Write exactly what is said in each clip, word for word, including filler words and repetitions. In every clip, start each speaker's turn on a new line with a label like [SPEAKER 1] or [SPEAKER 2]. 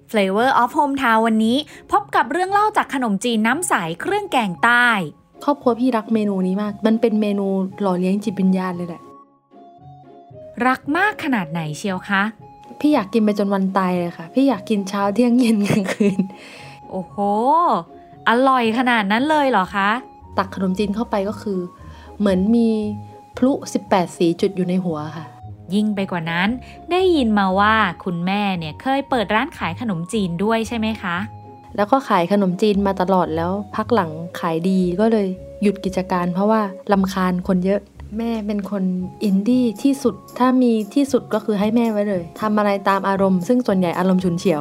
[SPEAKER 1] Flavor of Hometown วันนี้พบกับเรื่องเล่าจากขนมจีนน้ำใสเครื่องแกงใต้
[SPEAKER 2] ครอบครัวพี่รักเมนูนี้มากมันเป็นเมนูหล่อเลี้ยงจิตวิญญาณเลยแหละ
[SPEAKER 1] รักมากขนาดไหนเชียวคะ
[SPEAKER 2] พี่อยากกินไปจนวันตายเลยค่ะพี่อยากกินเช้าเที่ยงเย็นกลางคืน
[SPEAKER 1] โอ้โหอร่อยขนาดนั้นเลยเหรอคะ
[SPEAKER 2] ตักขนมจีนเข้าไปก็คือเหมือนมีพลุสิบแปดสีจุดอยู่ในหัวค่ะ
[SPEAKER 1] ยิ่งไปกว่านั้นได้ยินมาว่าคุณแม่เนี่ยเคยเปิดร้านขายขนมจีนด้วยใช่ไหมคะ
[SPEAKER 2] แล้วก็ขายขนมจีนมาตลอดแล้วพักหลังขายดีก็เลยหยุดกิจการเพราะว่ารำคาญคนเยอะแม่เป็นคนอินดี้ที่สุดถ้ามีที่สุดก็คือให้แม่ไว้เลยทำอะไรตามอารมณ์ซึ่งส่วนใหญ่อารมณ์ฉุนเฉียว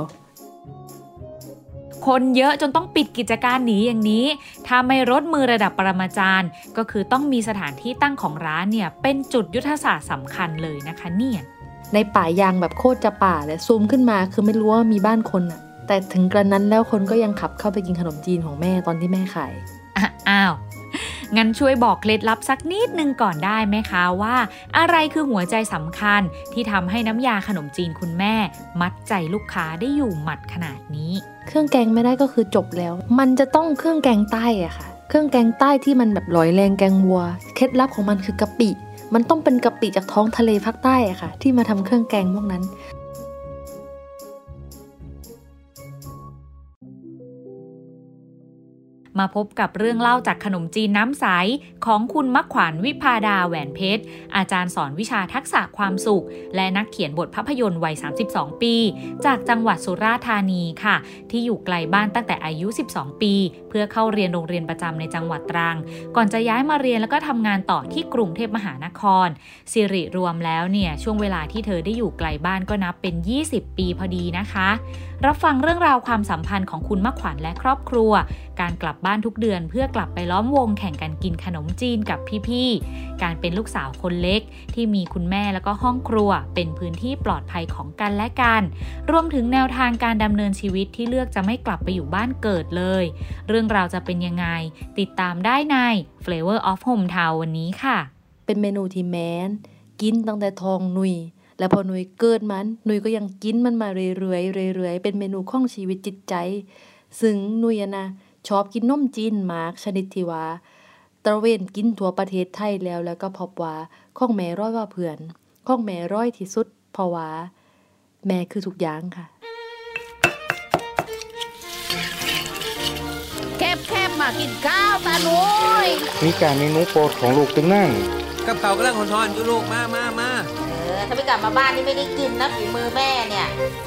[SPEAKER 1] คนเยอะจนต้องปิดกิจการหนีอย่างนี้ถ้าไม่ลดมือระดับปรมาจารย์ก็คือต้องมีสถานที่ตั้งของร้านเนี่ยเป็นจุดยุทธศาสตร์สำคัญเลยนะคะเนี่ย
[SPEAKER 2] ในป่ายางแบบโคตรจะป่าเลยซูมขึ้นมาคือไม่รู้ว่ามีบ้านคนอะแต่ถึงกระนั้นแล้วคนก็ยังขับเข้าไปกินขนมจีนของแม่ตอนที่แม่ขาย
[SPEAKER 1] อ้าวงั้นช่วยบอกเคล็ดลับสักนิดนึงก่อนได้ไหมคะว่าอะไรคือหัวใจสำคัญที่ทำให้น้ำยาขนมจีนคุณแม่มัดใจลูกค้าได้อยู่หมัดขนาดนี้
[SPEAKER 2] เครื่องแกงไม่ได้ก็คือจบแล้วมันจะต้องเครื่องแกงใต้อะค่ะเครื่องแกงใต้ที่มันแบบลอยแรงแกงวัวเคล็ดลับของมันคือกะปิมันต้องเป็นกะปิจากท้องทะเลภาคใต้อะค่ะที่มาทำเครื่องแกงพวกนั้น
[SPEAKER 1] มาพบกับเรื่องเล่าจากขนมจีนน้ำใสของคุณมักขวัญวิภาดาแหวนเพชรอาจารย์สอนวิชาทักษะความสุขและนักเขียนบทภาพยนตร์วัยสามสิบสองปีจากจังหวัดสุราษฎร์ธานีค่ะที่อยู่ไกลบ้านตั้งแต่อายุสิบสองปีเพื่อเข้าเรียนโรงเรียนประจำในจังหวัดตรังก่อนจะย้ายมาเรียนแล้วก็ทำงานต่อที่กรุงเทพมหานครสิริรวมแล้วเนี่ยช่วงเวลาที่เธอได้อยู่ไกลบ้านก็นับเป็นยี่สิบปีพอดีนะคะรับฟังเรื่องราวความสัมพันธ์ของคุณมักขวัญและครอบครัวการกลับบ้านทุกเดือนเพื่อกลับไปล้อมวงแข่งกันกินขนมจีนกับพี่ๆการเป็นลูกสาวคนเล็กที่มีคุณแม่แล้วก็ห้องครัวเป็นพื้นที่ปลอดภัยของกันและกันรวมถึงแนวทางการดำเนินชีวิตที่เลือกจะไม่กลับไปอยู่บ้านเกิดเลยเรื่องราวจะเป็นยังไงติดตามได้ใน Flavor of Hometown วันนี้ค่ะ
[SPEAKER 2] เป็นเมนูที่แม้นกินตั้งแต่ทองนุยแล้วพอนุยเกิดมันนุยก็ยังกินมันมาเรื่อยๆเรื่อยๆเป็นเมนูของชีวิตจิตใจซึ่งนุยนะชอบกินนมจีนมากชนิดที่ว่าตระเวนกินทั่วประเทศไทยแล้วแล้วก็พบว่าของแม่ร้อยว่าเพื่อนของแม่ร้อยที่สุดเพราะว่าแม่คือทุกอย่างค่ะ
[SPEAKER 3] แคบๆมากินข้าวตาหนุย
[SPEAKER 4] มีการเมนูโปรดของลูกตึงนั่ง
[SPEAKER 5] กับเขากำลังทอนๆอยู่ลูกมามามา
[SPEAKER 3] เออถ้าไม่กลับมาบ้านนี่ไม่ได้กินนะฝีมือแม่เนี่ย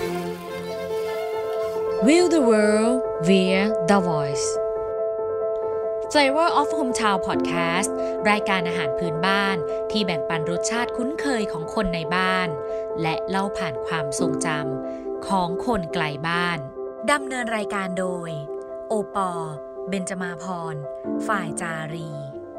[SPEAKER 1] View the world via the voice Flavor of Hometown Podcast รายการอาหารพื้นบ้านที่แบ่งปันรสชาติคุ้นเคยของคนในบ้านและเล่าผ่านความทรงจำของคนไกลบ้านดำเนินรายการโดยโอปอล์ เบญจมาภรณ์ ฝ่ายจารี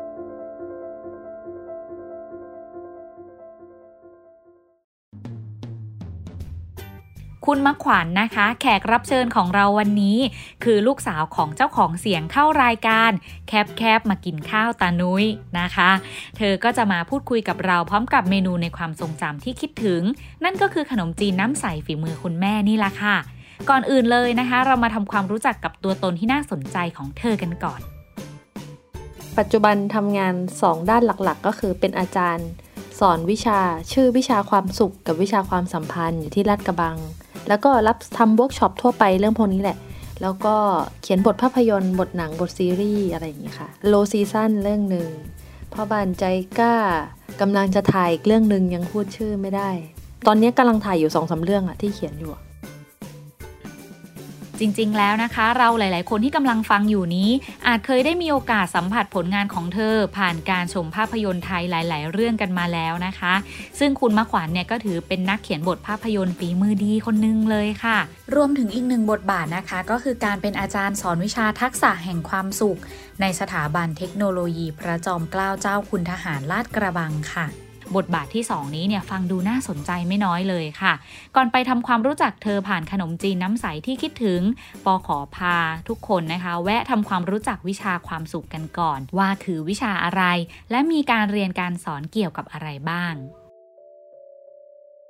[SPEAKER 1] คุณมักขวัญ น, นะคะแขกรับเชิญของเราวันนี้คือลูกสาวของเจ้าของเสียงเข้ารายการแคบแคบมากินข้าวตานุ้ยนะคะเธอก็จะมาพูดคุยกับเราพร้อมกับเมนูในความทรงจำที่คิดถึงนั่นก็คือขนมจีนน้ำใสฝีมือคุณแม่นี่ล่ะค่ะก่อนอื่นเลยนะคะเรามาทำความรู้จักกับตัวตนที่น่าสนใจของเธอกันก่อน
[SPEAKER 2] ปัจจุบันทำงานสองด้านหลักๆก็คือเป็นอาจารย์สอนวิชาชื่อวิชาความสุขกับวิชาความสัมพันธ์อยู่ที่ลาดกระบังแล้วก็รับทำเวิร์กช็อปทั่วไปเรื่องพวกนี้แหละแล้วก็เขียนบทภาพยนตร์บทหนังบทซีรีส์อะไรอย่างนี้ค่ะโลซีซั่นเรื่องหนึ่งพ่อบ้านใจกล้ากำลังจะถ่ายอีกเรื่องนึงยังพูดชื่อไม่ได้ตอนนี้กำลังถ่ายอยู่ สองสาม เรื่องอะที่เขียนอยู่
[SPEAKER 1] จริงๆแล้วนะคะเราหลายๆคนที่กำลังฟังอยู่นี้อาจเคยได้มีโอกาสสัมผัสผลงานของเธอผ่านการชมภาพยนตร์ไทยหลายๆเรื่องกันมาแล้วนะคะซึ่งคุณมักขวัญเนี่ยก็ถือเป็นนักเขียนบทภาพยนตร์ฝีมือดีคนนึงเลยค่ะรวมถึงอีกหนึ่งบทบาทนะคะก็คือการเป็นอาจารย์สอนวิชาทักษะแห่งความสุขในสถาบันเทคโนโลยีพระจอมเกล้าเจ้าคุณทหารลาดกระบังค่ะบทบาทที่สองนี้เนี่ยฟังดูน่าสนใจไม่น้อยเลยค่ะก่อนไปทำความรู้จักเธอผ่านขนมจีนน้ำใสที่คิดถึงปอขอพาทุกคนนะคะแวะทำความรู้จักวิชาความสุขกันก่อนว่าคือวิชาอะไรและมีการเรียนการสอนเกี่ยวกับอะไรบ้าง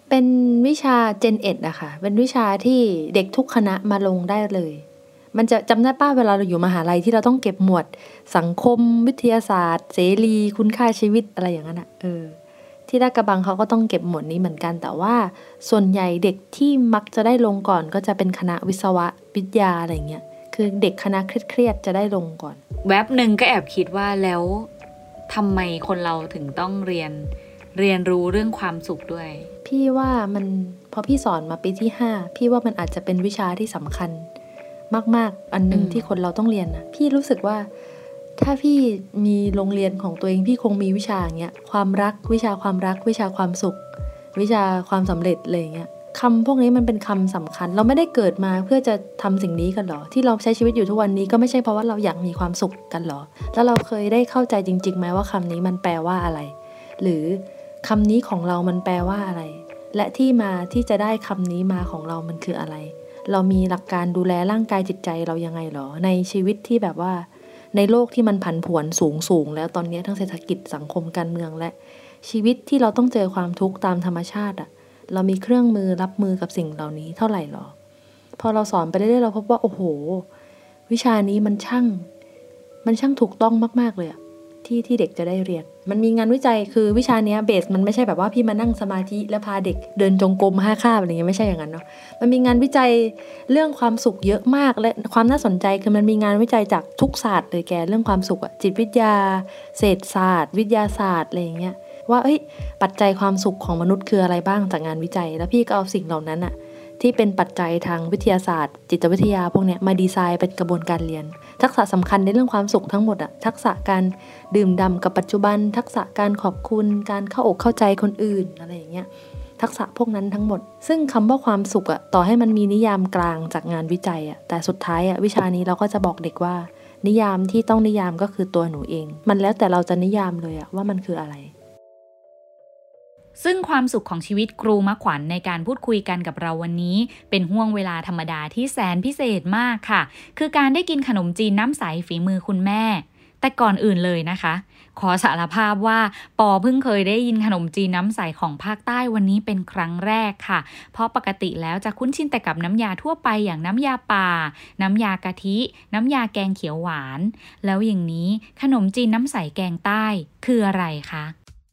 [SPEAKER 2] เป็นวิชา เจน เอ็ด อะค่ะเป็นวิชาที่เด็กทุกคณะมาลงได้เลยมันจะจำได้ป้าเวลาเราอยู่มหาลัยที่เราต้องเก็บหมวดสังคมวิทยาศาสตร์เสรีคุณค่าชีวิตอะไรอย่างนั้นอะเออที่ลาดกระบังเขาก็ต้องเก็บหมวดนี้เหมือนกันแต่ว่าส่วนใหญ่เด็กที่มักจะได้ลงก่อนก็จะเป็นคณะวิศวะวิทยาอะไรเงี้ยคือเด็กคณะเครียดๆจะได้ลงก่อน
[SPEAKER 1] แวบหนึ่งก็แอบคิดว่าแล้วทำไมคนเราถึงต้องเรียนเรียนรู้เรื่องความสุขด้วย
[SPEAKER 2] พี่ว่ามันพอพี่สอนมาปีที่ห้าพี่ว่ามันอาจจะเป็นวิชาที่สำคัญมากๆอันนึงที่คนเราต้องเรียนนะพี่รู้สึกว่าถ้าพี่มีโรงเรียนของตัวเองพี่คงมีวิชาอย่างเงี้ยความรักวิชาความรักวิชาความสุขวิชาความสำเร็จอะไรอย่างเงี้ยคำพวกนี้มันเป็นคำสำคัญเราไม่ได้เกิดมาเพื่อจะทำสิ่งนี้กันหรอที่เราใช้ชีวิตอยู่ทุกวันนี้ก็ไม่ใช่เพราะว่าเราอยากมีความสุขกันหรอแล้วเราเคยได้เข้าใจจริงๆไหมว่าคำนี้มันแปลว่าอะไรหรือคำนี้ของเรามันแปลว่าอะไรและที่มาที่จะได้คำนี้มาของเรามันคืออะไรเรามีหลักการดูแลร่างกายจิตใจเรายังไงหรอในชีวิตที่แบบว่าในโลกที่มันผันผวนสูงสูงแล้วตอนนี้ทั้งเศรษฐกิจสังคมการเมืองและชีวิตที่เราต้องเจอความทุกข์ตามธรรมชาติอ่ะเรามีเครื่องมือรับมือกับสิ่งเหล่านี้เท่าไหร่หรอพอเราสอนไปเรื่อยๆเราพบว่าโอ้โหวิชานี้มันช่างมันช่างถูกต้องมากๆเลยอ่ะที่ที่เด็กจะได้เรียนมันมีงานวิจัยคือวิชานี้เบสมันไม่ใช่แบบว่าพี่มานั่งสมาธิแล้วพาเด็กเดินจงกรมห้าคาบอะไรเงี้ยไม่ใช่อย่างนั้นเนาะมันมีงานวิจัยเรื่องความสุขเยอะมากและความน่าสนใจคือมันมีงานวิจัยจากทุกศาสตร์เลยแกเรื่องความสุขอะจิตวิทยาเศรษฐศาสตร์วิทยาศาสตร์อะไรอย่างเงี้ยว่าเอ้ยปัจจัยความสุขของมนุษย์คืออะไรบ้างจากงานวิจัยแล้วพี่ก็เอาสิ่งเหล่านั้นอะที่เป็นปัจจัยทางวิทยาศาสตร์จิตวิทยาพวกเนี้ยมาดีไซน์เป็นกระบวนการเรียนทักษะสำคัญในเรื่องความสุขทั้งหมดอะทักษะการดื่มด่ำกับปัจจุบันทักษะการขอบคุณการเข้าอกเข้าใจคนอื่นอะไรอย่างเงี้ยทักษะพวกนั้นทั้งหมดซึ่งคำว่าความสุขอะต่อให้มันมีนิยามกลางจากงานวิจัยอะแต่สุดท้ายอะวิชานี้เราก็จะบอกเด็กว่านิยามที่ต้องนิยามก็คือตัวหนูเองมันแล้วแต่เราจะนิยามเลยอะว่ามันคืออะไร
[SPEAKER 1] ซึ่งความสุขของชีวิตครูมะขวัญในการพูดคุยกันกับเราวันนี้เป็นห่วงเวลาธรรมดาที่แสนพิเศษมากค่ะคือการได้กินขนมจีนน้ำใสฝีมือคุณแม่แต่ก่อนอื่นเลยนะคะขอสารภาพว่าปอเพิ่งเคยได้ยินขนมจีนน้ำใสของภาคใต้วันนี้เป็นครั้งแรกค่ะเพราะปกติแล้วจะคุ้นชินแต่กับน้ำยาทั่วไปอย่างน้ำยาป่าน้ำยากะทิน้ำยาแกงเขียวหวานแล้วอย่างนี้ขนมจีนน้ำใสแกงใต้คืออะไรคะ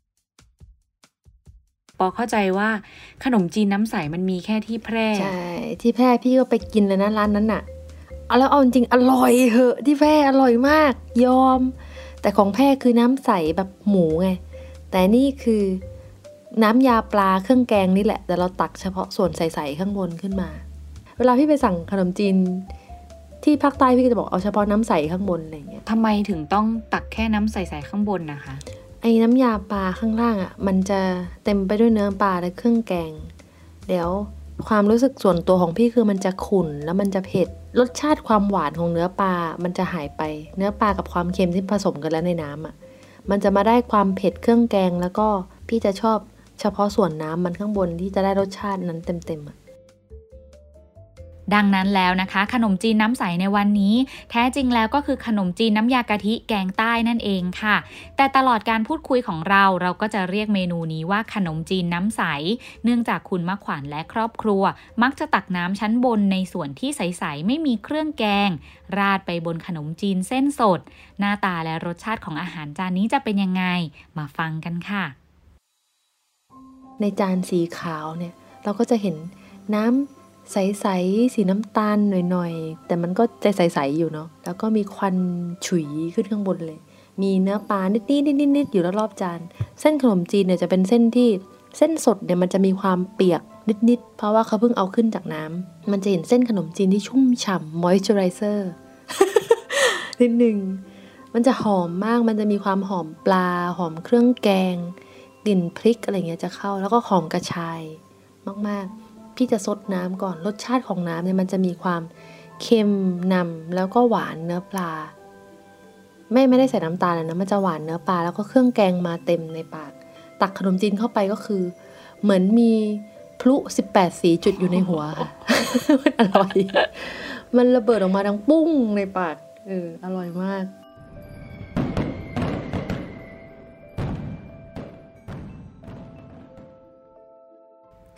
[SPEAKER 1] ปอเข้าใจว่าขนมจีนน้ำใสมันมีแค่ที่แพร่
[SPEAKER 2] ใช่ที่แพร่พี่ก็ไปกินเลยนะร้านนั้นน่ะเอาแล้วเอาจริงอร่อยเหอะที่แพร่อร่อยมากยอมแต่ของแพร่คือน้ำใสแบบหมูไงแต่นี่คือน้ำยาปลาเครื่องแกงนี่แหละแต่เราตักเฉพาะส่วนใสๆข้างบนขึ้นมาเวลาพี่ไปสั่งขนมจีนที่ภาคใต้พี่ก็จะบอกเอาเฉพาะน้ำใสข้างบนอะไรเงี้ย
[SPEAKER 1] ทำไมถึงต้องตักแค่น้ำใสๆข้างบนนะคะ
[SPEAKER 2] ไอ้น้ำยาปลาข้างล่างอ่ะมันจะเต็มไปด้วยเนื้อปลาและเครื่องแกงเดี๋ยวความรู้สึกส่วนตัวของพี่คือมันจะขุ่นแล้วมันจะเผ็ดรสชาติความหวานของเนื้อปลามันจะหายไปเนื้อปลากับความเค็มที่ผสมกันแล้วในน้ำอ่ะมันจะมาได้ความเผ็ดเครื่องแกงแล้วก็พี่จะชอบเฉพาะส่วนน้ำมันข้างบนที่จะได้รสชาตินั้นเต็มๆอ่ะ
[SPEAKER 1] ดังนั้นแล้วนะคะขนมจีนน้ำใสในวันนี้แท้จริงแล้วก็คือขนมจีนน้ำยากะทิแกงใต้นั่นเองค่ะแต่ตลอดการพูดคุยของเราเราก็จะเรียกเมนูนี้ว่าขนมจีนน้ำใสเนื่องจากคุณมะขวัญและครอบครัวมักจะตักน้ำชั้นบนในส่วนที่ใสๆไม่มีเครื่องแกงราดไปบนขนมจีนเส้นสดหน้าตาและรสชาติของอาหารจานนี้จะเป็นยังไงมาฟังกันค่ะ
[SPEAKER 2] ในจานสีขาวเนี่ยเราก็จะเห็นน้ำใสๆสีน้ำตาลหน่อยๆแต่มันก็ใจใสๆอยู่เนาะแล้วก็มีควันฉุยขึ้นข้างบนเลยมีเนื้อปลานิดๆนิดๆอยู่รอบๆจานเส้นขนมจีนเนี่ยจะเป็นเส้นที่เส้นสดเนี่ยมันจะมีความเปียกนิดๆเพราะว่าเขาเพิ่งเอาขึ้นจากน้ำมันจะเห็นเส้นขนมจีนที่ชุ่มฉ่ำ moisturizer นิดนึงมันจะหอมมากมันจะมีความหอมปลาหอมเครื่องแกงกลิ่นพริกอะไรเงี้ยจะเข้าแล้วก็หอมกระชายมากๆพี่จะซดน้ำก่อนรสชาติของน้ำเนี่ยมันจะมีความเค็มนำแล้วก็หวานเนื้อปลาไม่ไม่ได้ใส่น้ำตาลเลยนะมันจะหวานเนื้อปลาแล้วก็เครื่องแกงมาเต็มในปากตักขนมจีนเข้าไปก็คือเหมือนมีพลุสิบแปดสีจุดอยู่ในหัวค่ะ มันอร่อยมันระเบิดออกมาดังปุ้งในปากเอออร่อยมาก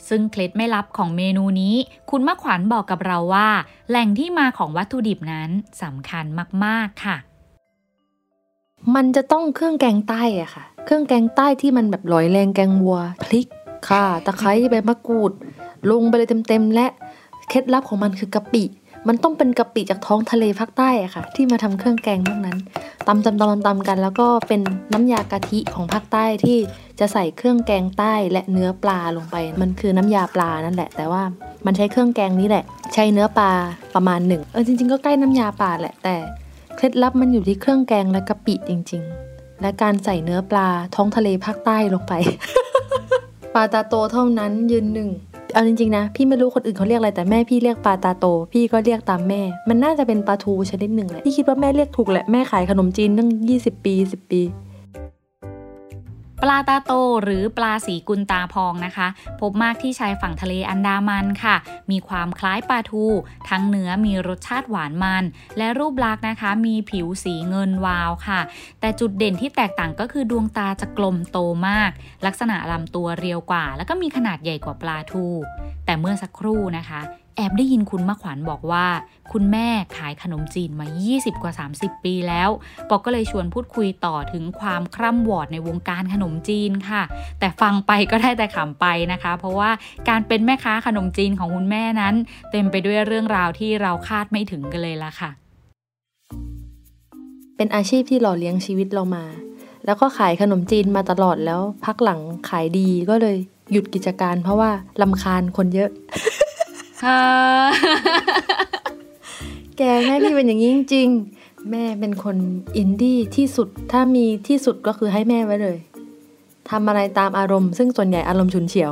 [SPEAKER 1] ซึ่งเคล็ดไม่ลับของเมนูนี้คุณมะขวัญบอกกับเราว่าแหล่งที่มาของวัตถุดิบนั้นสำคัญมากๆค่ะ
[SPEAKER 2] มันจะต้องเครื่องแกงใต้อะค่ะเครื่องแกงใต้ที่มันแบบร้อยแรงแกงวัวพริกข่าตะไคร้ใบมะกรูดลงไปเลยเต็มๆและเคล็ดลับของมันคือกะปิมันต้องเป็นกะปิจากท้องทะเลภาคใต้อะค่ะที่มาทำเครื่องแกงพวกนั้นตำๆๆๆกันแล้วก็เป็นน้ำยากะทิของภาคใต้ที่จะใส่เครื่องแกงใต้และเนื้อปลาลงไปมันคือน้ำยาปลานั่นแหละแต่ว่ามันใช้เครื่องแกงนี้แหละใช้เนื้อปลาประมาณหนึ่งเออจริงๆก็ใกล้น้ำยาปลาแหละแต่เคล็ดลับมันอยู่ที่เครื่องแกงและกะปิจริงๆและการใส่เนื้อปลาท้องทะเลภาคใต้ลงไป ปลาตาโตเท่านั้นยืนหนึ่งเอาจริงๆนะพี่ไม่รู้คนอื่นเขาเรียกอะไรแต่แม่พี่เรียกปลาตาโตพี่ก็เรียกตามแม่มันน่าจะเป็นปลาทูชนิดหนึ่งแหละพี่คิดว่าแม่เรียกถูกแหละแม่ขายขนมจีนตั้งยี่สิบปีสิบปี
[SPEAKER 1] ปลาตาโตหรือปลาสีกุลตาพองนะคะพบมากที่ชายฝั่งทะเลอันดามันค่ะมีความคล้ายปลาทูทั้งเนื้อมีรสชาติหวานมันและรูปลักษณ์นะคะมีผิวสีเงินวาวค่ะแต่จุดเด่นที่แตกต่างก็คือดวงตาจะกลมโตมากลักษณะลำตัวเรียวกว่าแล้วก็มีขนาดใหญ่กว่าปลาทูแต่เมื่อสักครู่นะคะแอบได้ยินคุณมะขวัญบอกว่าคุณแม่ขายขนมจีนมายี่สิบกว่าสามสิบปีแล้วปอกก็เลยชวนพูดคุยต่อถึงความคร่ำวอดในวงการขนมจีนค่ะแต่ฟังไปก็ได้แต่ขำไปนะคะเพราะว่าการเป็นแม่ค้าขนมจีนของคุณแม่นั้นเต็มไปด้วยเรื่องราวที่เราคาดไม่ถึงกันเลยล่ะค่ะ
[SPEAKER 2] เป็นอาชีพที่หล่อเลี้ยงชีวิตเรามาแล้วก็ขายขนมจีนมาตลอดแล้วพักหลังขายดีก็เลยหยุดกิจการเพราะว่ารำคาญคนเยอะแกแม่พี่เป็นอย่างนี้จริงๆแม่เป็นคนอินดี้ที่สุดถ้ามีที่สุดก็คือให้แม่ไว้เลยทำอะไรตามอารมณ์ซึ่งส่วนใหญ่อารมณ์ฉุนเฉียว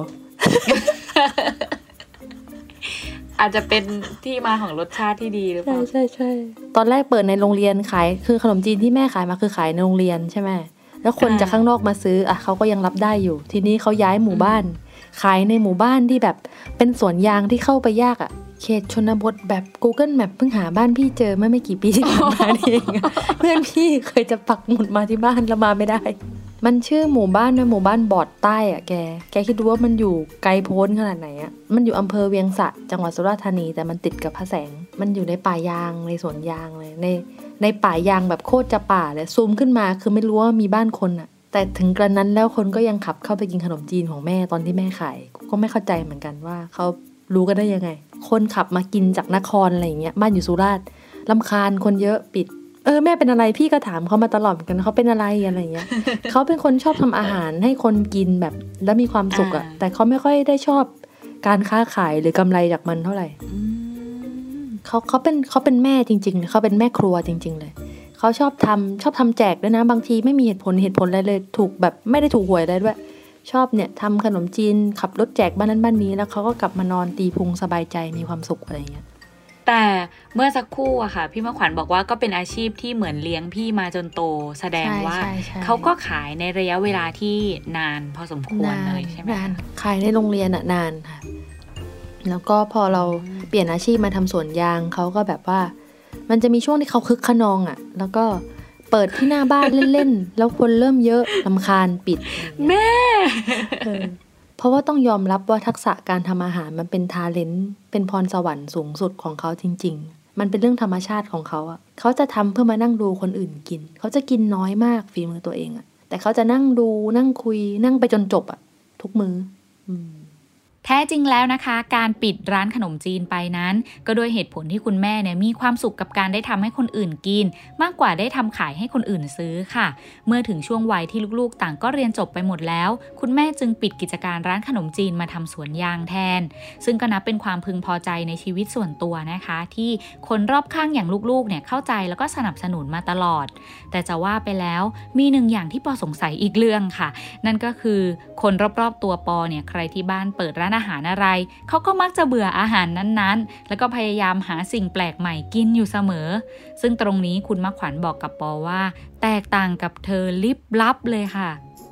[SPEAKER 1] อาจจะเป็นที่มาของรสชาติที่ดีหรือเปล่า
[SPEAKER 2] ใช่ใช่ตอนแรกเปิดในโรงเรียนขายคือขนมจีนที่แม่ขายมาคือขายในโรงเรียนใช่ไหมแล้วคนจากข้างนอกมาซื้ออ่ะเขาก็ยังรับได้อยู่ทีนี้เขาย้ายหมู่บ้านขายในหมู่บ้านที่แบบเป็นสวนยางที่เข้าไปยากอ่ะเขตชนบทแบบ Google Map เพิ่งหาบ้านพี่เจอเมื่อไม่กี่ปีที่ผ่านมาเอง เพื่อนพี่เคยจะปักหมุดมาที่บ้านแล้วมาไม่ได้มันชื่อหมู่บ้านนะหมู่บ้านบอดใต้อ่ะแกแกคิดดูว่ามันอยู่ไกลโพ้นขนาดไหนอ่ะมันอยู่อำเภอเวียงสะจังหวัดสุราษฎร์ธานีแต่มันติดกับพระแสงมันอยู่ในป่ายางในสวนยางเลยในในป่ายางแบบโคตรจะป่าเลยซูมขึ้นมาคือไม่รู้ว่ามีบ้านคนอ่ะแต่ถึงกระนั้นแล้วคนก็ยังขับเข้าไปกินขนมจีนของแม่ตอนที่แม่ขายก็ไม่เข้าใจเหมือนกันว่าเขารู้กันได้ยังไงคนขับมากินจากนครอะไรอย่างเงี้ยบ้านอยู่สุราษฎร์รำคาญคนเยอะปิดเออแม่เป็นอะไรพี่ก็ถามเขามาตลอดเหมือนกันเขาเป็นอะไรอะไรอย่างเงี้ย เขาเป็นคนชอบทำอาหารให้คนกินแบบแล้วมีความสุขอะแต่เขาไม่ค่อยได้ชอบการค้าขายหรือกำไรจากมันเท่าไหร่เขาเขาเป็นเขาเป็นแม่จริงๆเขาเป็นแม่ครัวจริงๆเลยเขาชอบทำชอบทำแจกด้วยนะบางทีไม่มีเหตุผลเหตุผลอะไรเลยถูกแบบไม่ได้ถูกหวยอะไรด้วยชอบเนี่ยทำขนมจีนขับรถแจกบ้านนั้นบ้านนี้แล้วเขาก็กลับมานอนตีพุงสบายใจมีความสุขอะไรอย่างเงี้ย
[SPEAKER 1] แต่เมื่อสักครู่อะค่ะพี่มะขวัญบอกว่าก็เป็นอาชีพที่เหมือนเลี้ยงพี่มาจนโตแสดงว่าเขาก็ขายในระยะเวลาที่นานพอสมควรเลยใช่ไหม
[SPEAKER 2] ขายในโรงเรียนอะนานค่ะแล้วก็พอเราเปลี่ยนอาชีพมาทำสวนยางเขาก็แบบว่ามันจะมีช่วงที่เขาคึกขนองอะแล้วก็เปิดที่หน้าบ้านเล่นๆแล้วคนเริ่มเยอะรำคาญปิด
[SPEAKER 1] แม่
[SPEAKER 2] เพราะว่าต้องยอมรับว่าทักษะการทำอาหารมันเป็นทาเลนต์เป็นพรสวรรค์สูงสุดของเขาจริงๆมันเป็นเรื่องธรรมชาติของเขาอ่ะเขาจะทำเพื่อมานั่งดูคนอื่นกินเขาจะกินน้อยมากฝีมือตัวเองอ่ะแต่เขาจะนั่งดูนั่งคุยนั่งไปจนจบอ่ะทุกมื้ออืม
[SPEAKER 1] แท้จริงแล้วนะคะการปิดร้านขนมจีนไปนั้นก็ด้วยเหตุผลที่คุณแม่เนี่ยมีความสุขกับการได้ทำให้คนอื่นกินมากกว่าได้ทำขายให้คนอื่นซื้อค่ะเมื่อถึงช่วงวัยที่ลูกๆต่างก็เรียนจบไปหมดแล้วคุณแม่จึงปิดกิจการร้านขนมจีนมาทำสวนยางแทนซึ่งก็นับเป็นความพึงพอใจในชีวิตส่วนตัวนะคะที่คนรอบข้างอย่างลูกๆเนี่ยเข้าใจแล้วก็สนับสนุนมาตลอดแต่จะว่าไปแล้วมีหนึ่งอย่างที่ปอสงสัยอีกเรื่องค่ะนั่นก็คือคนรอบๆตัวปอเนี่ยใครที่บ้านเปิดร้านอาหารอะไรเขาก็มักจะเบื่ออาหารนั้นๆแล้วก็พยายามหาสิ่งแปลกใหม่กินอยู่เสมอซึ่งตรงนี้คุณมะขวัญบอกกับปอว่าแตกต่างกับเธอลิบลับเลยค่ะ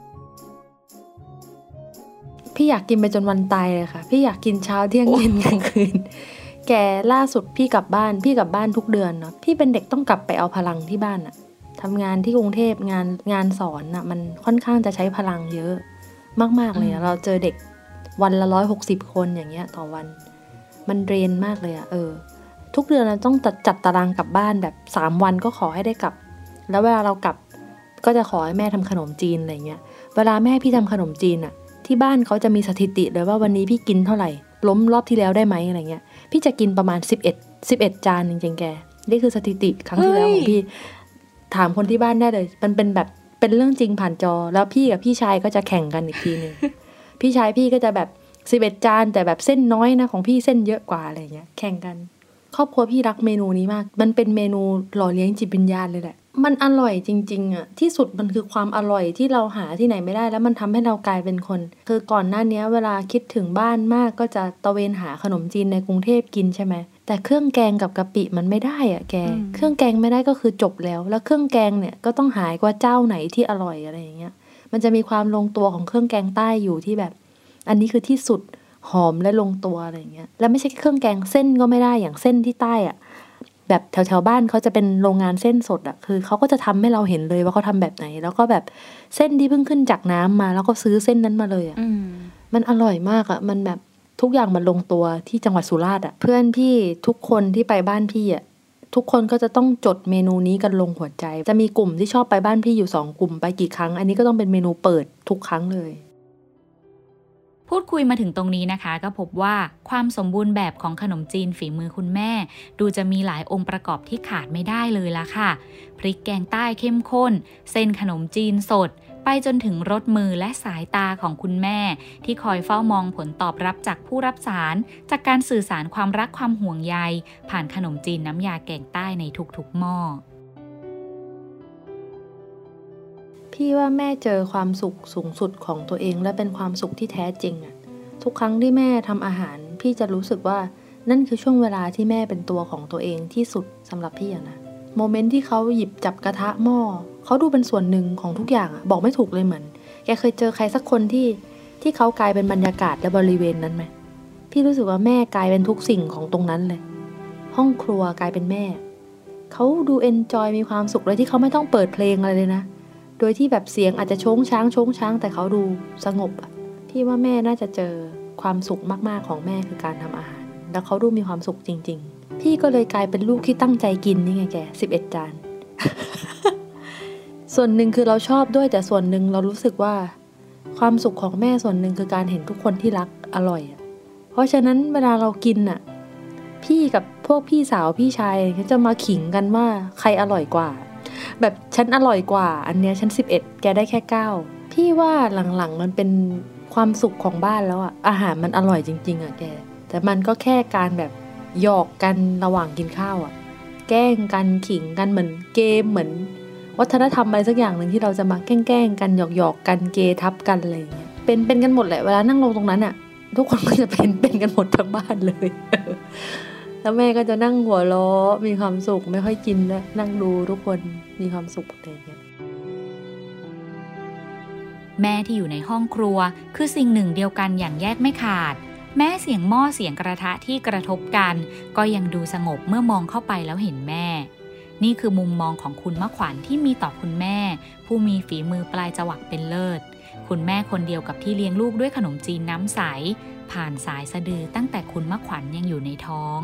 [SPEAKER 2] พี่อยากกินไปจนวันตายเลยค่ะพี่อยากกินเช้าเที่ยงเย็นกลางคืนแกล่าสุดพี่กลับบ้านพี่กลับบ้านทุกเดือนเนาะพี่เป็นเด็กต้องกลับไปเอาพลังที่บ้านอะทำงานที่กรุงเทพงานงานสอนอะมันค่อนข้างจะใช้พลังเยอะมากๆเลยเราเจอเด็กวันละหนึ่งร้อยหกสิบคนอย่างเงี้ยต่อวันมันเดรนมากเลยอะเออทุกเดือนเราต้องจัดตารางกลับบ้านแบบสามวันก็ขอให้ได้กลับแล้วเวลาเรากลับก็จะขอให้แม่ทำขนมจีนอะไรเงี้ยเวลาแม่พี่ทำขนมจีนอะที่บ้านเขาจะมีสถิติเลยว่าวันนี้พี่กินเท่าไหร่ล้มรอบที่แล้วได้ไหมอะไรเงี้ยพี่จะกินประมาณสิบเอ็ด สิบเอ็ดจานจริงๆแกนี่คือสถิติครั้งที่แล้วของพี่ถามคนที่บ้านได้เลยมันเป็นแบบเป็นเรื่องจริงผ่านจอแล้วพี่กับพี่ชายก็จะแข่งกันอีกทีนึง พี่ชายพี่ก็จะแบบสิบเอ็ดจานแต่แบบเส้นน้อยนะของพี่เส้นเยอะกว่าอะไรเงี้ยแข่งกันครอบครัวพี่รักเมนูนี้มากมันเป็นเมนูหล่อเลี้ยงจิตวิญญาณเลยแหละมันอร่อยจริงๆอ่ะที่สุดมันคือความอร่อยที่เราหาที่ไหนไม่ได้แล้วมันทำให้เรากลายเป็นคนคือก่อนหน้านี้เวลาคิดถึงบ้านมากก็จะตะเวนหาขนมจีนในกรุงเทพกินใช่ไหมแต่เครื่องแกงกับกะปิมันไม่ได้อ่ะแกเครื่องแกงไม่ได้ก็คือจบแล้วแล้วเครื่องแกงเนี่ยก็ต้องหายกว่าเจ้าไหนที่อร่อยอะไรอย่างเงี้ยมันจะมีความลงตัวของเครื่องแกงใต้อยู่ที่แบบอันนี้คือที่สุดหอมและลงตัวอะไรอย่างเงี้ยแล้วไม่ใช่เครื่องแกงเส้นก็ไม่ได้อย่างเส้นที่ใต้อ่ะแบบแถวๆบ้านเขาจะเป็นโรงงานเส้นสดอ่ะคือเขาก็จะทำให้เราเห็นเลยว่าเขาทำแบบไหนแล้วก็แบบเส้นที่เพิ่งขึ้นจากน้ำมาแล้วก็ซื้อเส้นนั้นมาเลยอ่ะมันอร่อยมากอ่ะมันแบบทุกอย่างมันลงตัวที่จังหวัดสุราษฎร์อ่ะเพื่อนพี่ทุกคนที่ไปบ้านพี่อ่ะทุกคนก็จะต้องจดเมนูนี้กันลงหัวใจจะมีกลุ่มที่ชอบไปบ้านพี่อยู่สองกลุ่มไปกี่ครั้งอันนี้ก็ต้องเป็นเมนูเปิดทุกครั้งเลย
[SPEAKER 1] พูดคุยมาถึงตรงนี้นะคะก็พบว่าความสมบูรณ์แบบของขนมจีนฝีมือคุณแม่ดูจะมีหลายองค์ประกอบที่ขาดไม่ได้เลยละค่ะพริกแกงใต้เข้มข้นเส้นขนมจีนสดไปจนถึงรสมือและสายตาของคุณแม่ที่คอยเฝ้ามองผลตอบรับจากผู้รับสารจากการสื่อสารความรักความห่วงใยผ่านขนมจีนน้ำยาแกงใต้ในทุกๆหม้อ
[SPEAKER 2] พี่ว่าแม่เจอความสุขสูงสุดของตัวเองและเป็นความสุขที่แท้จริงอะทุกครั้งที่แม่ทำอาหารพี่จะรู้สึกว่านั่นคือช่วงเวลาที่แม่เป็นตัวของตัวเองที่สุดสำหรับพี่อะนะโมเมนต์ที่เขาหยิบจับกระทะหม้อเขาดูเป็นส่วนหนึ่งของทุกอย่างอะบอกไม่ถูกเลยเหมือนแกเคยเจอใครสักคนที่ที่เขากลายเป็นบรรยากาศและบริเวณนั้นไหมพี่รู้สึกว่าแม่กลายเป็นทุกสิ่งของตรงนั้นเลยห้องครัวกลายเป็นแม่เขาดูเอนจอยมีความสุขเลยที่เขาไม่ต้องเปิดเพลงอะไรเลยนะโดยที่แบบเสียงอาจจะโช้งช้างโช้งช้างแต่เขาดูสงบอ่ะพี่ว่าแม่น่าจะเจอความสุขมากๆของแม่คือการทำอาหารแล้วเขาดูมีความสุขจริงๆพี่ก็เลยกลายเป็นลูกที่ตั้งใจกินนี่ไงแกสิบเอ็ดจาน ส่วนหนึ่งคือเราชอบด้วยแต่ส่วนหนึ่งเรารู้สึกว่าความสุขของแม่ส่วนหนึ่งคือการเห็นทุกคนที่รักอร่อยอ่ะเพราะฉะนั้นเวลาเรากินอ่ะพี่กับพวกพี่สาวพี่ชายเขาจะมาขิงกันว่าใครอร่อยกว่าแบบฉันอร่อยกว่าอันเนี้ยฉันสิบเอ็ดแกได้แค่เก้าพี่ว่าหลังๆมันเป็นความสุขของบ้านแล้วอ่ะอาหารมันอร่อยจริงๆอ่ะแกแต่มันก็แค่การแบบหยอกกันระหว่างกินข้าวอ่ะแกล้งกันขิงกันเหมือนเกมเหมือนวัฒนธรรมอะไรสักอย่างนึงที่เราจะมาแกล้งๆกันหยอกๆกันเกทับกันอะไรอย่างเงี้ยเป็นเป็นกันหมดแหละเวลานั่งลงตรงนั้นอ่ะทุกคนก็จะเป็นเป็นกันหมดทั้งบ้านเลยแล้วแม่ก็จะนั่งหัวเราะมีความสุขไม่ค่อยกินแล้วนั่งดูทุกคนมีความสุขอะไรอย่างเงี้ย
[SPEAKER 1] แม่ที่อยู่ในห้องครัวคือสิ่งหนึ่งเดียวกันอย่างแยกไม่ขาดแม้เสียงหม้อเสียงกระทะที่กระทบกันก็ยังดูสงบเมื่อมองเข้าไปแล้วเห็นแม่นี่คือมุมมองของคุณมะขวัญที่มีต่อคุณแม่ผู้มีฝีมือปลายจวักเป็นเลิศคุณแม่คนเดียวกับที่เลี้ยงลูกด้วยขนมจีนน้ำใสผ่านสายสะดือตั้งแต่คุณมะขวัญยังอยู่ในท้อง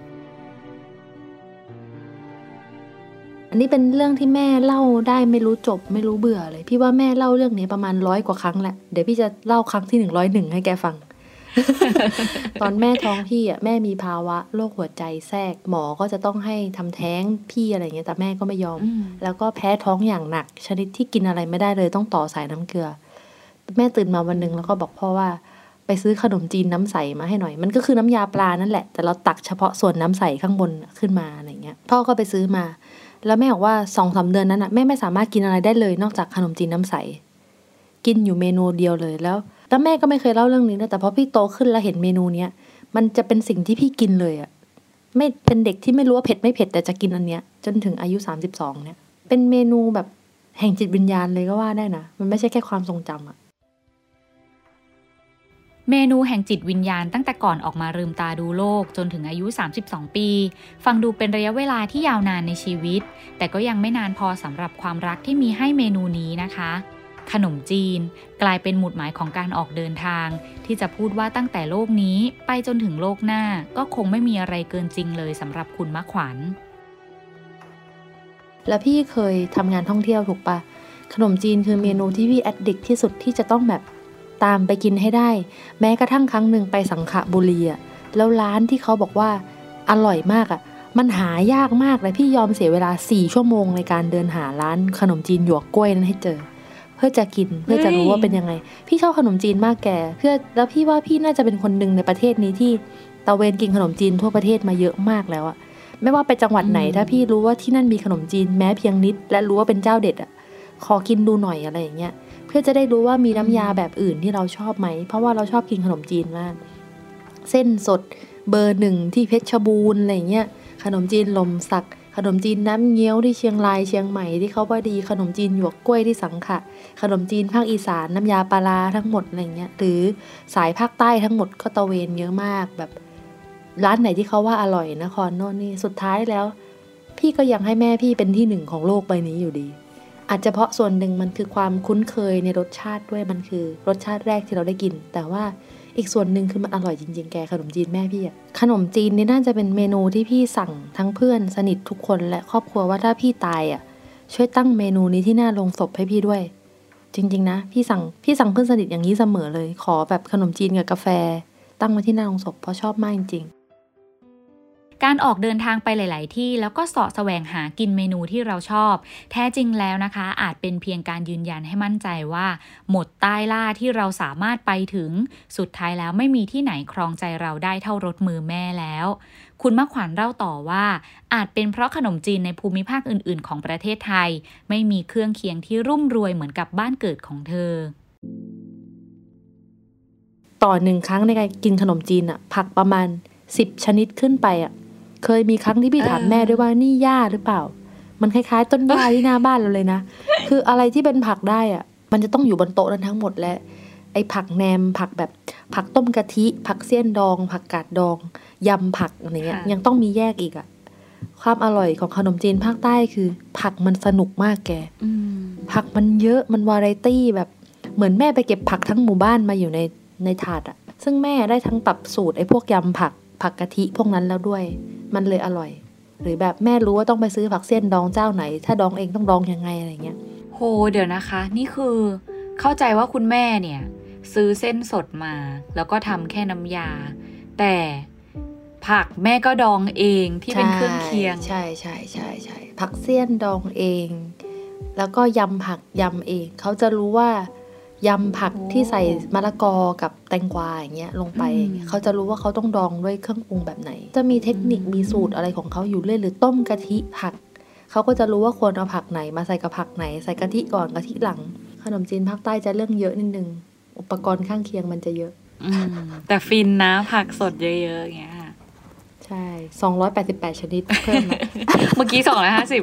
[SPEAKER 2] อันนี้เป็นเรื่องที่แม่เล่าได้ไม่รู้จบไม่รู้เบื่อเลยพี่ว่าแม่เล่าเรื่องนี้ประมาณร้อยกว่าครั้งแหละเดี๋ยวพี่จะเล่าครั้งที่หนึ่งร้อยหนึ่งให้แกฟัง ตอนแม่ท้องพี่อ่ะแม่มีภาวะโรคหัวใจแทรกหมอก็จะต้องให้ทำแท้งพี่อะไรเงี้ยแต่แม่ก็ไม่ยอมแล้วก็แพ้ท้องอย่างหนักชนิดที่กินอะไรไม่ได้เลยต้องต่อสายน้ำเกลือแม่ตื่นมาวันนึงแล้วก็บอกพ่อว่าไปซื้อขนมจีนน้ำใสมาให้หน่อยมันก็คือน้ำยาปลานั่นแหละแต่เราตักเฉพาะส่วนน้ำใสข้างบนขึ้นมาอะไรเงี้ยพ่อก็ไปซื้อมาแล้วแม่บอกว่า สองสาม เดือนนั้นน่ะแม่ไม่สามารถกินอะไรได้เลยนอกจากขนมจีนน้ำใสกินอยู่เมนูเดียวเลยแล้วแล้วแม่ก็ไม่เคยเล่าเรื่องนี้นะแต่พอพี่โตขึ้นแล้วเห็นเมนูเนี้ยมันจะเป็นสิ่งที่พี่กินเลยอ่ะไม่เป็นเด็กที่ไม่รู้ว่าเผ็ดไม่เผ็ดแต่จะกินอันเนี้ยจนถึงอายุสามสิบสองเนี่ยเป็นเมนูแบบแห่งจิตวิญญาณเลยก็ว่าได้นะมันไม่ใช่แค่ความทรงจำอ่ะ
[SPEAKER 1] เมนูแห่งจิตวิญญาณตั้งแต่ก่อนออกมาลืมตาดูโลกจนถึงอายุสามสิบสองปีฟังดูเป็นระยะเวลาที่ยาวนานในชีวิตแต่ก็ยังไม่นานพอสำหรับความรักที่มีให้เมนูนี้นะคะขนมจีนกลายเป็นหมุดหมายของการออกเดินทางที่จะพูดว่าตั้งแต่โลกนี้ไปจนถึงโลกหน้าก็คงไม่มีอะไรเกินจริงเลยสำหรับคุณมะขวัญ
[SPEAKER 2] แล้วพี่เคยทำงานท่องเที่ยวถูกปะขนมจีนคือเมนูที่พี่แอดดิกที่สุดที่จะต้องแบบตามไปกินให้ได้แม้กระทั่งครั้งหนึ่งไปสังขบุรีอะแล้วร้านที่เขาบอกว่าอร่อยมากอะมันหายากมากเลยพี่ยอมเสียเวลาสี่ชั่วโมงในการเดินหาร้านขนมจีนหยวกกล้วยนั้นให้เจอเพื่อจะกินเพื่อจะรู้ว่าเป็นยังไงพี่ชอบขนมจีนมากแกเพื่อแล้วพี่ว่าพี่น่าจะเป็นคนหนึ่งในประเทศนี้ที่ตะเวนกินขนมจีนทั่วประเทศมาเยอะมากแล้วอะไม่ว่าไปจังหวัดไหนถ้าพี่รู้ว่าที่นั่นมีขนมจีนแม้เพียงนิดและรู้ว่าเป็นเจ้าเด็ดอะขอกินดูหน่อยอะไรอย่างเงี้ยเพื่อจะได้รู้ว่ามีน้ำยาแบบอื่นที่เราชอบไหมเพราะว่าเราชอบกินขนมจีนมากเส้นสดเบอร์หนึ่งที่เพชรบูรณ์อะไรเงี้ยขนมจีนลมสักขนมจีนน้ำเงี้ยวที่เชียงรายเชียงใหม่ที่เขาว่าดีขนมจีนหยวกกล้วยที่สังขะขนมจีนภาคอีสานน้ำยาปลาร้าทั้งหมดอะไรเงี้ยหรือสายภาคใต้ทั้งหมดก็ตะเวนเยอะมากแบบร้านไหนที่เขาว่าอร่อยนครโน่นนี่สุดท้ายแล้วพี่ก็ยังให้แม่พี่เป็นที่หนึ่งของโลกใบนี้อยู่ดีอาจจะเพราะส่วนหนึ่งมันคือความคุ้นเคยในรสชาติด้วยมันคือรสชาติแรกที่เราได้กินแต่ว่าอีกส่วนหนึ่งคือมันอร่อยจริงๆแกขนมจีนแม่พี่อะขนมจีนนี่น่าจะเป็นเมนูที่พี่สั่งทั้งเพื่อนสนิททุกคนและครอบครัวว่าถ้าพี่ตายอะช่วยตั้งเมนูนี้ที่หน้าโรงศพให้พี่ด้วยจริงๆนะพี่สั่งพี่สั่งเพื่อนสนิทอย่างนี้เสมอเลยขอแบบขนมจีนกับกาแฟตั้งไว้ที่หน้าโรงศพเพราะชอบมากจริง
[SPEAKER 1] การออกเดินทางไปหลายๆที่แล้วก็เสาะแสวงหากินเมนูที่เราชอบแท้จริงแล้วนะคะอาจเป็นเพียงการยืนยันให้มั่นใจว่าหมดใต้ล่าที่เราสามารถไปถึงสุดท้ายแล้วไม่มีที่ไหนครองใจเราได้เท่ารสมือแม่แล้วคุณมะขวัญเล่าต่อว่าอาจเป็นเพราะขนมจีนในภูมิภาคอื่นๆของประเทศไทยไม่มีเครื่องเคียงที่รุ่มรวยเหมือนกับบ้านเกิดของเธอ
[SPEAKER 2] ต่อหนึ่งครั้งในการกินขนมจีนอะผักประมาณสิบชนิดขึ้นไปอะเคยมีครั้งที่พี่ถามแม่ด้วยว่านี่หญ้าหรือเปล่ามันคล้ายๆต้นหญ้าที่หน้าบ้านเราเลยนะคืออะไรที่เป็นผักได้อ่ะมันจะต้องอยู่บนโต๊ะนั้นทั้งหมดและไอ้ผักแหนมผักแบบผักต้มกะทิผักเสี้ยนดองผักกาดดองยำผักอะไรเงี้ยยังต้องมีแยกอีกอ่ะความอร่อยของขนมจีนภาคใต้คือผักมันสนุกมากแกผักมันเยอะมันวาไรตี้แบบเหมือนแม่ไปเก็บผักทั้งหมู่บ้านมาอยู่ในในถาดอ่ะซึ่งแม่ได้ทั้งปรับสูตรไอ้พวกยำผักผักกะทิพวกนั้นแล้วด้วยมันเลยอร่อยหรือแบบแม่รู้ว่าต้องไปซื้อผักเส้นดองเจ้าไหนถ้าดองเองต้องดองยังไงอะไรเงี้ย
[SPEAKER 1] โหเดี๋ยวนะคะนี่คือเข้าใจว่าคุณแม่เนี่ยซื้อเส้นสดมาแล้วก็ทำแค่น้ำยาแต่ผักแม่ก็ดองเองที่เป็นเครื่องเคียง
[SPEAKER 2] ใช่ใช่ใช่ใช่ผักเสี้ยนดองเองแล้วก็ยำผักยำเองเขาจะรู้ว่ายำผักที่ใส่มะละกอกับแตงกวาอย่างเงี้ยลงไปเขาจะรู้ว่าเขาต้องดองด้วยเครื่องปรุงแบบไหนจะมีเทคนิคมีสูตรอะไรของเขาอยู่เรื่อยหรือต้มกะทิผักเขาก็จะรู้ว่าควรเอาผักไหนมาใส่กับผักไหนใส่กะทิก่อนกะทิหลังขนมจีนภาคใต้จะเรื่องเยอะนิดนึงอุปกรณ์ข้างเคียงมันจะเยอะ
[SPEAKER 1] แต่ฟินนะผักสดเยอะๆอย่างเงี้ย
[SPEAKER 2] ใช่สองร้อยแปดสิบแปดชนิดเพิ่มมา
[SPEAKER 1] เมื่อกี้สองร้อยห้าสิบ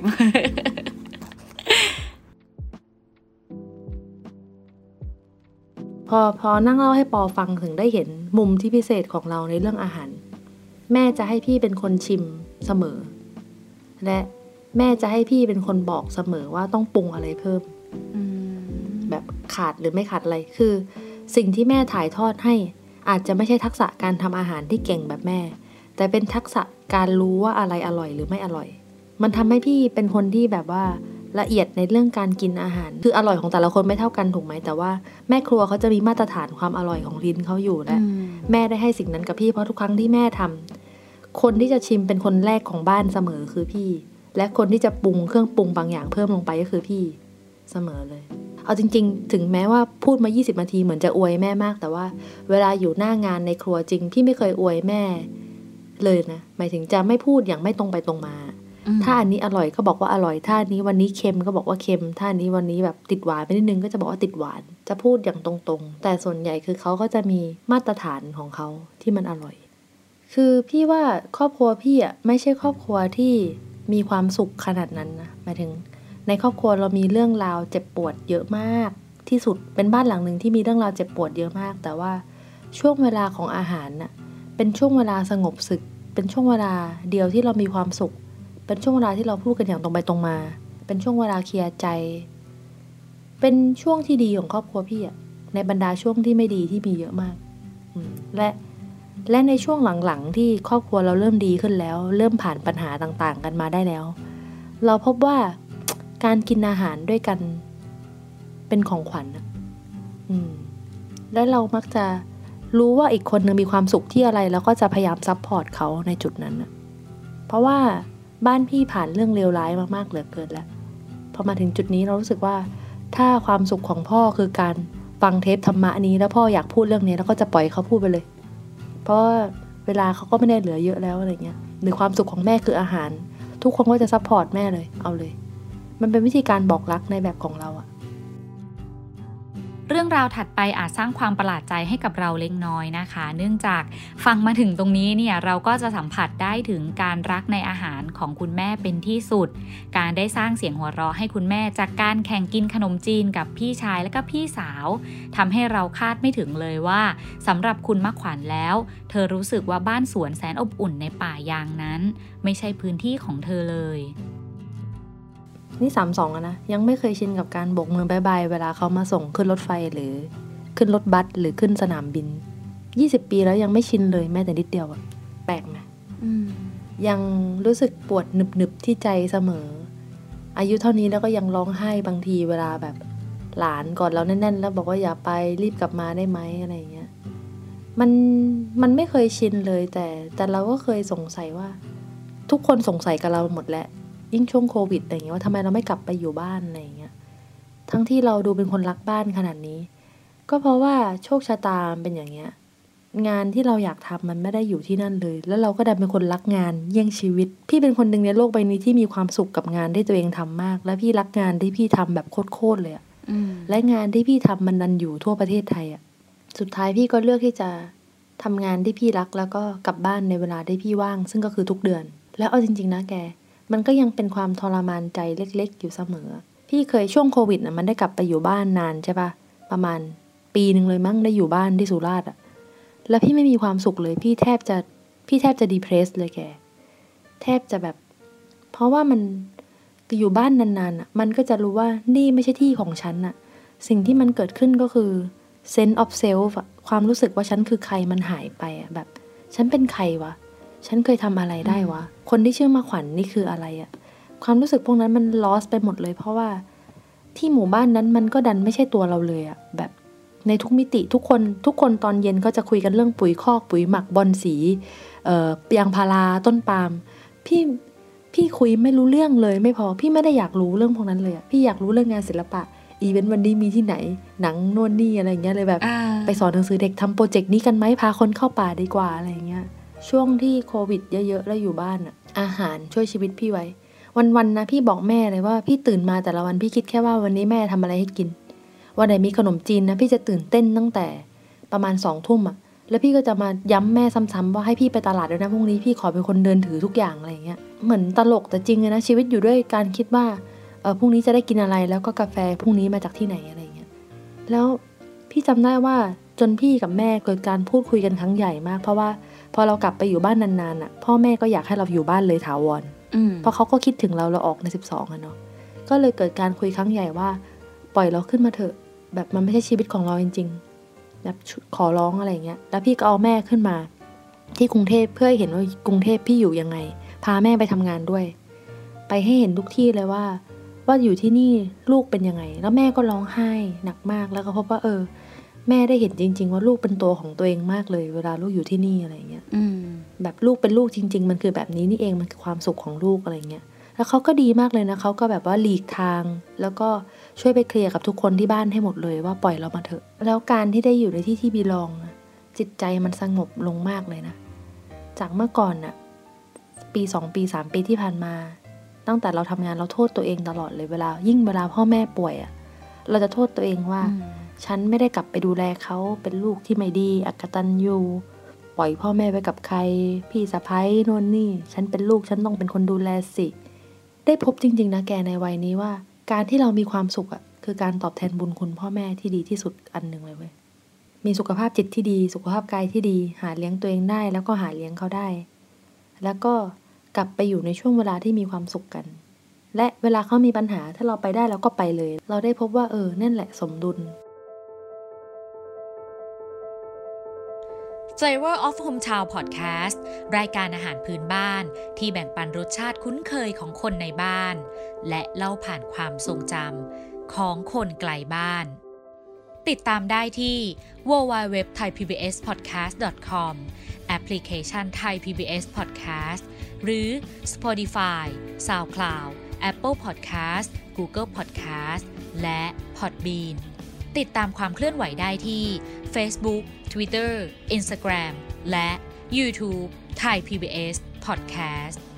[SPEAKER 2] พอพอนั่งเล่าให้ปอฟังถึงได้เห็นมุมที่พิเศษของเราในเรื่องอาหารแม่จะให้พี่เป็นคนชิมเสมอและแม่จะให้พี่เป็นคนบอกเสมอว่าต้องปรุงอะไรเพิ่มแบบขาดหรือไม่ขาดอะไรคือสิ่งที่แม่ถ่ายทอดให้อาจจะไม่ใช่ทักษะการทำอาหารที่เก่งแบบแม่แต่เป็นทักษะการรู้ว่าอะไรอร่อยหรือไม่อร่อยมันทำให้พี่เป็นคนที่แบบว่าละเอียดในเรื่องการกินอาหารคืออร่อยของแต่ละคนไม่เท่ากันถูกไหมแต่ว่าแม่ครัวเขาจะมีมาตรฐานความอร่อยของลิ้นเขาอยู่และแม่ได้ให้สิ่งนั้นกับพี่เพราะทุกครั้งที่แม่ทำคนที่จะชิมเป็นคนแรกของบ้านเสมอคือพี่และคนที่จะปรุงเครื่องปรุงบางอย่างเพิ่มลงไปก็คือพี่เสมอเลยเอาจริงๆถึงแม้ว่าพูดมายี่สิบนาทีเหมือนจะอวยแม่มากแต่ว่าเวลาอยู่หน้างานในครัวจริงพี่ไม่เคยอวยแม่เลยนะหมายถึงจะไม่พูดอย่างไม่ตรงไปตรงมาถ้าอันนี้อร่อยก็บอกว่าอร่อยถ้าอันนี้วันนี้เค็มก็บอกว่าเค็มถ้าอันนี้วันนี้แบบติดหวานไปนิดนึงก็จะบอกว่าติดหวานจะพูดอย่างตรงๆแต่ส่วนใหญ่คือเขาก็จะมีมาตรฐานของเขาที่มันอร่อยคือพี่ว่าครอบครัวพี่อ่ะไม่ใช่ครอบครัวที่มีความสุขขนาดนั้นนะหมายถึงในครอบครัวเรามีเรื่องราวเจ็บปวดเยอะมากที่สุดเป็นบ้านหลังนึงที่มีเรื่องราวเจ็บปวดเยอะมากแต่ว่าช่วงเวลาของอาหารน่ะเป็นช่วงเวลาสงบศึกเป็นช่วงเวลาเดียวที่เรามีความสุขเป็นช่วงเวลาที่เราพูดกันอย่างตรงไปตรงมาเป็นช่วงเวลาเคลียร์ใจเป็นช่วงที่ดีของครอบครัวพี่อะในบรรดาช่วงที่ไม่ดีที่มีเยอะมากและและในช่วงหลังๆที่ครอบครัวเราเริ่มดีขึ้นแล้วเริ่มผ่านปัญหาต่างๆกันมาได้แล้วเราพบว่าการกินอาหารด้วยกันเป็นของขวัญนะอืมและเรามักจะรู้ว่าอีกคนนึงมีความสุขที่อะไรแล้วก็จะพยายามซัพพอร์ตเขาในจุดนั้นนะเพราะว่าบ้านพี่ผ่านเรื่องเลวร้ายมากๆเหลือเกินแล้วพอมาถึงจุดนี้เรารู้สึกว่าถ้าความสุขของพ่อคือการฟังเทปธรรมะนี้แล้วพ่ออยากพูดเรื่องนี้แล้วก็จะปล่อยเขาพูดไปเลยเพราะเวลาเขาก็ไม่ได้เหลือเยอะแล้วอะไรเงี้ยหรือความสุขของแม่คืออาหารทุกคนก็จะซัพพอร์ตแม่เลยเอาเลยมันเป็นวิธีการบอกรักในแบบของเราอะ
[SPEAKER 1] เรื่องราวถัดไปอาจสร้างความประหลาดใจให้กับเราเล็กน้อยนะคะเนื่องจากฟังมาถึงตรงนี้เนี่ยเราก็จะสัมผัสได้ถึงการรักในอาหารของคุณแม่เป็นที่สุดการได้สร้างเสียงหัวเราะให้คุณแม่จากการแข่งกินขนมจีนกับพี่ชายและก็พี่สาวทำให้เราคาดไม่ถึงเลยว่าสำหรับคุณมะขวัญแล้วเธอรู้สึกว่าบ้านสวนแสนอบอุ่นในป่ายางนั้นไม่ใช่พื้นที่ของเธอเลย
[SPEAKER 2] นี่สามสองอะนะยังไม่เคยชินกับการโบกมือบายบายเวลาเขามาส่งขึ้นรถไฟหรือขึ้นรถบัสหรือขึ้นสนามบินยี่สิบปีแล้วยังไม่ชินเลยแม้แต่นิดเดียวอะแปลกไหมยังรู้สึกปวดหนึบๆที่ใจเสมออายุเท่านี้แล้วก็ยังร้องไห้บางทีเวลาแบบหลานกอดเราแน่นๆแล้วบอกว่าอย่าไปรีบกลับมาได้ไหมอะไรอย่างเงี้ยมันมันไม่เคยชินเลยแต่แต่เราก็เคยสงสัยว่าทุกคนสงสัยกับเราหมดแหละยิ่งช่วงโควิดอะไรอย่างเงี้ยว่าทำไมเราไม่กลับไปอยู่บ้านอะไรอย่างเงี้ยทั้งที่เราดูเป็นคนรักบ้านขนาดนี้ก็เพราะว่าโชคชะตาเป็นอย่างเงี้ยงานที่เราอยากทำมันไม่ได้อยู่ที่นั่นเลยแล้วเราก็ดันเป็นคนรักงานเยี่ยงชีวิตพี่เป็นคนหนึ่งในโลกใบนี้ที่มีความสุขกับงานที่ตัวเองทำมากและพี่รักงานที่พี่ทำแบบโคตรๆเลยอะและงานที่พี่ทำมันดันอยู่ทั่วประเทศไทยอะสุดท้ายพี่ก็เลือกที่จะทำงานที่พี่รักแล้วก็กลับบ้านในเวลาที่พี่ว่างซึ่งก็คือทุกเดือนแล้วเอาจริงๆนะแกมันก็ยังเป็นความทรมานใจเล็กๆอยู่เสมอพี่เคยช่วงโควิดนะมันได้กลับไปอยู่บ้านนานใช่ปะประมาณปีนึงเลยมั้งได้อยู่บ้านที่สุราษฎร์อะแล้วพี่ไม่มีความสุขเลยพี่แทบจะพี่แทบจะดีเพรสเลยแกแทบจะแบบเพราะว่ามันอยู่บ้านนานๆอะมันก็จะรู้ว่านี่ไม่ใช่ที่ของฉันอะสิ่งที่มันเกิดขึ้นก็คือ sense of self อะความรู้สึกว่าฉันคือใครมันหายไปอะแบบฉันเป็นใครวะฉันเคยทำอะไรได้วะคนที่ชื่อมาขวัญ นี่คืออะไรอะความรู้สึกพวกนั้นมันลอสไปหมดเลยเพราะว่าที่หมู่บ้านนั้นมันก็ดันไม่ใช่ตัวเราเลยอะแบบในทุกมิติทุกคนทุกคนตอนเย็นก็จะคุยกันเรื่องปุ๋ยคอกปุ๋ยหมักบอนสีเอ่อยางพาราต้นปาล์มพี่พี่คุยไม่รู้เรื่องเลยไม่พอพี่ไม่ได้อยากรู้เรื่องพวกนั้นเลยอะพี่อยากรู้เรื่องงานศิลปะอีเวนต์วันนี้มีที่ไหนหนังโน่นนี่อะไรเงี้ยเลยแบบไปสอนหนังสือเด็กทำโปรเจกต์นี้กันไหมพาคนเข้าป่าดีกว่าอะไรเงี้ยช่วงที่โควิดเยอะๆแล้วอยู่บ้านอะอาหารช่วยชีวิตพี่ไว้วันๆนะพี่บอกแม่เลยว่าพี่ตื่นมาแต่ละวันพี่คิดแค่ว่าวันนี้แม่ทำอะไรให้กินวันไหนมีขนมจีนนะพี่จะตื่นเต้นตั้งแต่ประมาณสองทุ่มอะแล้วพี่ก็จะมาย้ำแม่ซ้ำๆว่าให้พี่ไปตลาดด้วยนะพรุ่งนี้พี่ขอเป็นคนเดินถือทุกอย่างอะไรเงี้ยเหมือนตลกแต่จริงเลยนะชีวิตอยู่ด้วยการคิดว่าเออพรุ่งนี้จะได้กินอะไรแล้วก็กาแฟพรุ่งนี้มาจากที่ไหนอะไรเงี้ยแล้วพี่จำได้ว่าจนพี่กับแม่เกิดการพูดคุยกันครั้งใหญ่มากเพราะว่าพอเรากลับไปอยู่บ้านนานๆอ่ะพ่อแม่ก็อยากให้เราอยู่บ้านเลยถาวรเพราะเขาก็คิดถึงเราเราออกในสิบสองอ่ะเนาะก็เลยเกิดการคุยครั้งใหญ่ว่าปล่อยเราขึ้นมาเถอะแบบมันไม่ใช่ชีวิตของเราจริงๆแบบขอร้องอะไรเงี้ยแล้วพี่ก็เอาแม่ขึ้นมาที่กรุงเทพเพื่อให้เห็นว่ากรุงเทพพี่อยู่ยังไงพาแม่ไปทำงานด้วยไปให้เห็นทุกที่เลยว่าว่าอยู่ที่นี่ลูกเป็นยังไงแล้วแม่ก็ร้องไห้หนักมากแล้วก็พบว่าเออแม่ได้เห็นจริงๆว่าลูกเป็นตัวของตัวเองมากเลยเวลาลูกอยู่ที่นี่อะไรเงี้ยแบบลูกเป็นลูกจริงๆมันคือแบบนี้นี่เองมันคือความสุขของลูกอะไรเงี้ยแล้วเขาก็ดีมากเลยนะเขาก็แบบว่าหลีกทางแล้วก็ช่วยไปเคลียร์กับทุกคนที่บ้านให้หมดเลยว่าปล่อยเรามาเถอะแล้วการที่ได้อยู่ในที่ที่บีลองจิตใจมันสงบลงมากเลยนะจากเมื่อก่อนน่ะปีสองปีสามปีที่ผ่านมาตั้งแต่เราทำงานเราโทษตัวเองตลอดเลยเวลายิ่งเวลาพ่อแม่ป่วยอ่ะเราจะโทษตัวเองว่าฉันไม่ได้กลับไปดูแลเขาเป็นลูกที่ไม่ดีอกตัญญูปล่อยพ่อแม่ไว้กับใครพี่สะใภ้โน่นนี่ฉันเป็นลูกฉันต้องเป็นคนดูแลสิได้พบจริงๆนะแกในวัยนี้ว่าการที่เรามีความสุขอ่ะคือการตอบแทนบุญคุณพ่อแม่ที่ดีที่สุดอันหนึ่งเลยเว้ยมีสุขภาพจิตที่ดีสุขภาพกายที่ดีหาเลี้ยงตัวเองได้แล้วก็หาเลี้ยงเขาได้แล้วก็กลับไปอยู่ในช่วงเวลาที่มีความสุขกันและเวลาเขามีปัญหาถ้าเราไปได้เราก็ไปเลยเราได้พบว่าเออนั่นแหละสมดุล
[SPEAKER 1] Flavor of Hometown Podcast รายการอาหารพื้นบ้านที่แบ่งปันรสชาติคุ้นเคยของคนในบ้านและเล่าผ่านความทรงจำของคนไกลบ้านติดตามได้ที่ ดับเบิลยู ดับเบิลยู ดับเบิลยู ดอท ไทย พี บี เอส พอดแคสต์ ดอท คอม แอปพลิเคชัน Thai พี บี เอส Podcast หรือ Spotify, SoundCloud, Apple Podcast, Google Podcast และ Podbean ติดตามความเคลื่อนไหวได้ที่ Facebook, Twitter, Instagram และ YouTube Thai พี บี เอส Podcast